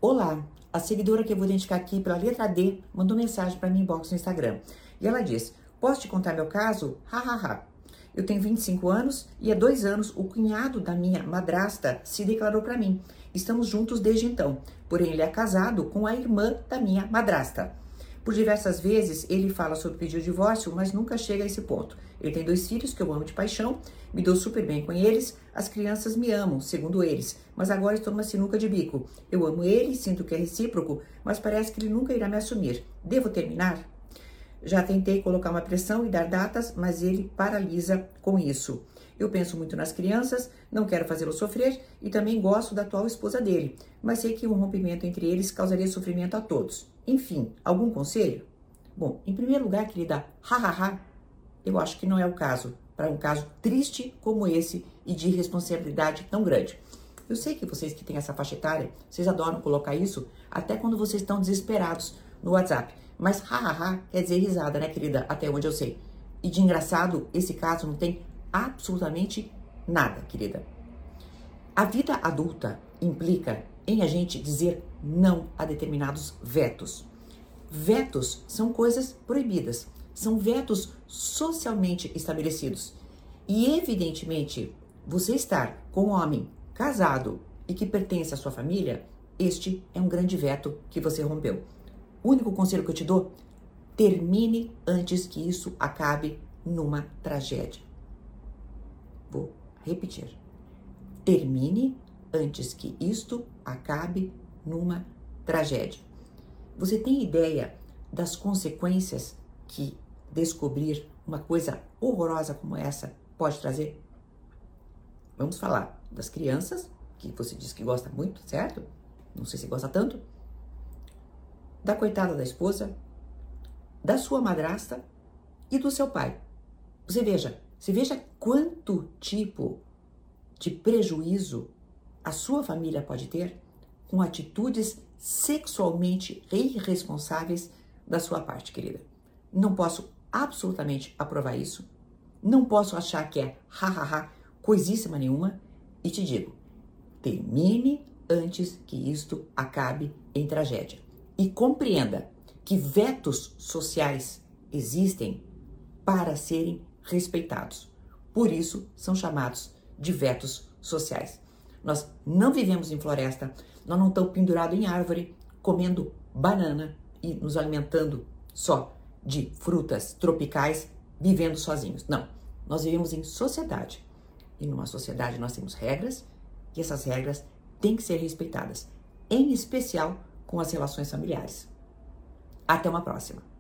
Olá, a seguidora que eu vou identificar aqui pela letra D mandou mensagem para mim inbox no Instagram. E ela diz: posso te contar meu caso? Hahaha. Eu tenho 25 anos e há 2 anos o cunhado da minha madrasta se declarou para mim. Estamos juntos desde então, porém ele é casado com a irmã da minha madrasta. Por diversas vezes ele fala sobre pedir o divórcio, mas nunca chega a esse ponto. Ele tem 2 filhos que eu amo de paixão, me dou super bem com eles, as crianças me amam, segundo eles, mas agora estou numa sinuca de bico. Eu amo ele, sinto que é recíproco, mas parece que ele nunca irá me assumir. Devo terminar? Já tentei colocar uma pressão e dar datas, mas ele paralisa com isso. Eu penso muito nas crianças, não quero fazê-lo sofrer e também gosto da atual esposa dele, mas sei que um rompimento entre eles causaria sofrimento a todos. Enfim, algum conselho? Bom, em primeiro lugar, querida, hahaha, eu acho que não é o caso, para um caso triste como esse e de responsabilidade tão grande. Eu sei que vocês que têm essa faixa etária, vocês adoram colocar isso até quando vocês estão desesperados no WhatsApp. Mas hahaha quer dizer risada, né, querida? Até onde eu sei. E de engraçado, esse caso não tem absolutamente nada, querida. A vida adulta implica em a gente dizer não a determinados vetos. Vetos são coisas proibidas, são vetos socialmente estabelecidos. E evidentemente, você estar com um homem casado e que pertence à sua família, este é um grande veto que você rompeu. O único conselho que eu te dou, termine antes que isso acabe numa tragédia. Vou repetir. Termine antes que isto acabe numa tragédia. Você tem ideia das consequências que descobrir uma coisa horrorosa como essa pode trazer? Vamos falar das crianças, que você diz que gosta muito, certo? Não sei se gosta tanto. Da coitada da esposa, da sua madrasta e do seu pai. Você veja quanto tipo de prejuízo a sua família pode ter com atitudes sexualmente irresponsáveis da sua parte, querida. Não posso absolutamente aprovar isso, não posso achar que é hahaha, coisíssima nenhuma, e te digo, termine antes que isto acabe em tragédia. E compreenda que vetos sociais existem para serem respeitados. Por isso, são chamados de vetos sociais. Nós não vivemos em floresta, nós não estamos pendurados em árvore, comendo banana e nos alimentando só de frutas tropicais, vivendo sozinhos. Não, nós vivemos em sociedade. E numa sociedade nós temos regras, e essas regras têm que ser respeitadas, em especial com as relações familiares. Até uma próxima!